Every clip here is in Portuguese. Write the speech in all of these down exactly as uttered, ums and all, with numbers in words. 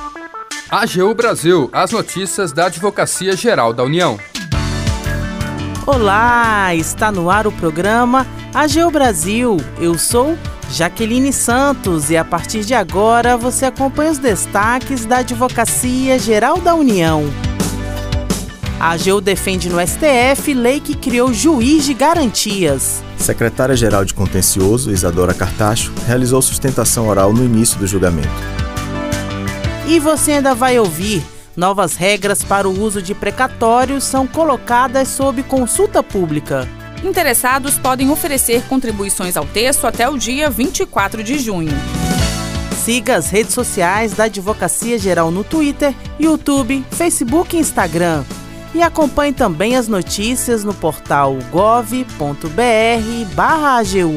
A G U Brasil, as notícias da Advocacia Geral da União. Olá, está no ar o programa A G U Brasil. Eu sou Jaqueline Santos e a partir de agora você acompanha os destaques da Advocacia Geral da União. A AGU defende no S T F lei que criou juiz de garantias. Secretária-Geral de Contencioso, Isadora Cartacho, realizou sustentação oral no início do julgamento. E você ainda vai ouvir: novas regras para o uso de precatórios são colocadas sob consulta pública. Interessados podem oferecer contribuições ao texto até o dia vinte e quatro de junho. Siga as redes sociais da Advocacia Geral no Twitter, YouTube, Facebook e Instagram. E acompanhe também as notícias no portal gov ponto br barra A G U.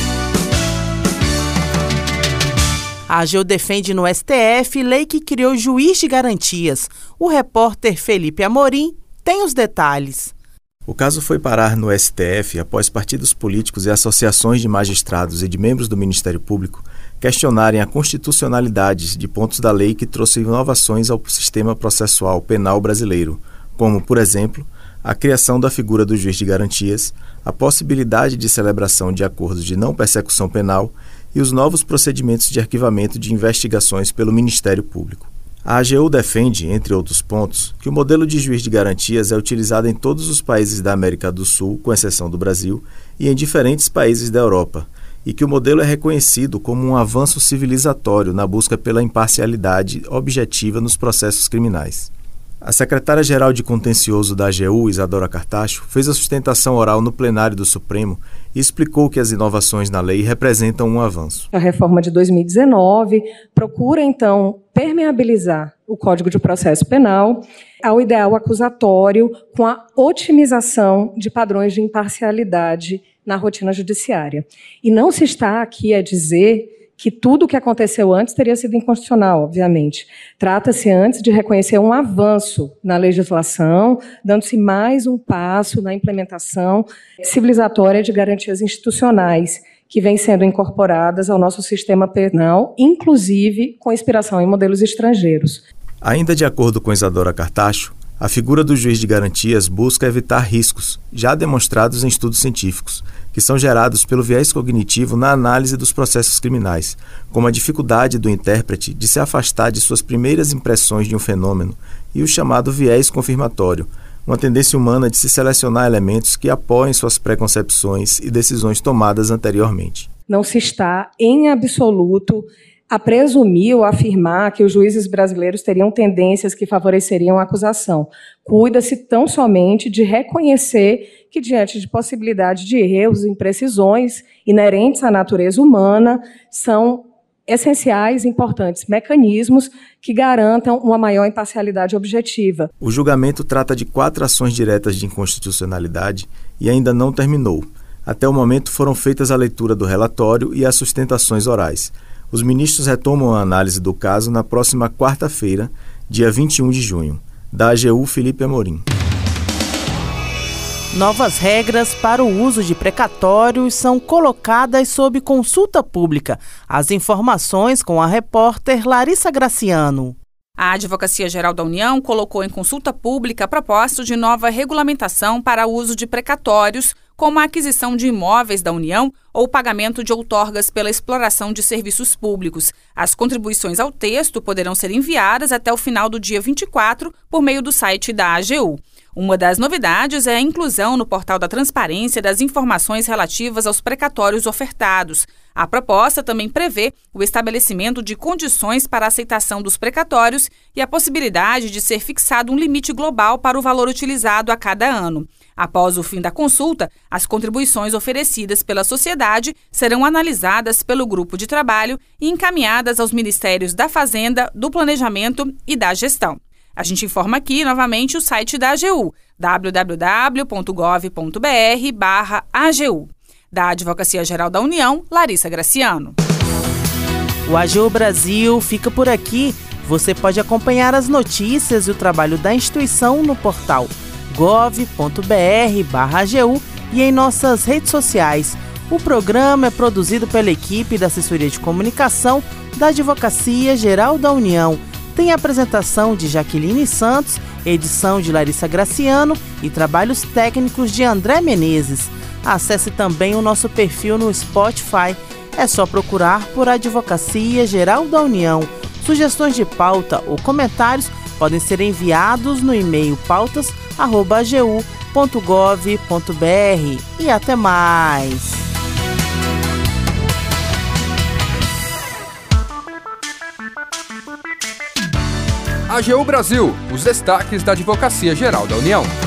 A AGU defende no S T F lei que criou juiz de garantias. O repórter Felipe Amorim tem os detalhes. O caso foi parar no S T F após partidos políticos e associações de magistrados e de membros do Ministério Público questionarem a constitucionalidade de pontos da lei que trouxe inovações ao sistema processual penal brasileiro, como, por exemplo, a criação da figura do juiz de garantias, a possibilidade de celebração de acordos de não persecução penal e os novos procedimentos de arquivamento de investigações pelo Ministério Público. A AGU defende, entre outros pontos, que o modelo de juiz de garantias é utilizado em todos os países da América do Sul, com exceção do Brasil, e em diferentes países da Europa, e que o modelo é reconhecido como um avanço civilizatório na busca pela imparcialidade objetiva nos processos criminais. A secretária-geral de Contencioso da AGU, Isadora Cartacho, fez a sustentação oral no plenário do Supremo e explicou que as inovações na lei representam um avanço. A reforma de dois mil e dezenove procura, então, permeabilizar o Código de Processo Penal ao ideal acusatório com a otimização de padrões de imparcialidade na rotina judiciária. E não se está aqui a dizer que tudo o que aconteceu antes teria sido inconstitucional, obviamente. Trata-se antes de reconhecer um avanço na legislação, dando-se mais um passo na implementação civilizatória de garantias institucionais que vêm sendo incorporadas ao nosso sistema penal, inclusive com inspiração em modelos estrangeiros. Ainda de acordo com Isadora Cartacho, a figura do juiz de garantias busca evitar riscos, já demonstrados em estudos científicos, que são gerados pelo viés cognitivo na análise dos processos criminais, como a dificuldade do intérprete de se afastar de suas primeiras impressões de um fenômeno e o chamado viés confirmatório, uma tendência humana de se selecionar elementos que apoiem suas preconcepções e decisões tomadas anteriormente. Não se está, em absoluto, a presumir ou afirmar que os juízes brasileiros teriam tendências que favoreceriam a acusação. Cuida-se tão somente de reconhecer que, diante de possibilidade de erros e imprecisões inerentes à natureza humana, são essenciais e importantes mecanismos que garantam uma maior imparcialidade objetiva. O julgamento trata de quatro ações diretas de inconstitucionalidade e ainda não terminou. Até o momento foram feitas a leitura do relatório e as sustentações orais. Os ministros retomam a análise do caso na próxima quarta-feira, dia vinte e um de junho. Da AGU, Felipe Amorim. Novas regras para o uso de precatórios são colocadas sob consulta pública. As informações com a repórter Larissa Graciano. A Advocacia Geral da União colocou em consulta pública a proposta de nova regulamentação para o uso de precatórios, como a aquisição de imóveis da União ou o pagamento de outorgas pela exploração de serviços públicos. As contribuições ao texto poderão ser enviadas até o final do dia vinte e quatro por meio do site da AGU. Uma das novidades é a inclusão no portal da transparência das informações relativas aos precatórios ofertados. A proposta também prevê o estabelecimento de condições para a aceitação dos precatórios e a possibilidade de ser fixado um limite global para o valor utilizado a cada ano. Após o fim da consulta, as contribuições oferecidas pela sociedade serão analisadas pelo grupo de trabalho e encaminhadas aos Ministérios da Fazenda, do Planejamento e da Gestão. A gente informa aqui novamente o site da AGU, w w w ponto gov ponto br barra A G U. Da Advocacia Geral da União, Larissa Graciano. O A G U Brasil fica por aqui. Você pode acompanhar as notícias e o trabalho da instituição no portal gov ponto br barra A G U e em nossas redes sociais. O programa é produzido pela equipe da Assessoria de Comunicação da Advocacia Geral da União. tem a apresentação de Jaqueline Santos, edição de Larissa Graciano e trabalhos técnicos de André Menezes. Acesse também o nosso perfil no Spotify. É só procurar por Advocacia Geral da União. Sugestões de pauta ou comentários podem ser enviados no e-mail pautas arroba a g u ponto gov ponto b r. E até mais! A G U Brasil, os destaques da Advocacia Geral da União.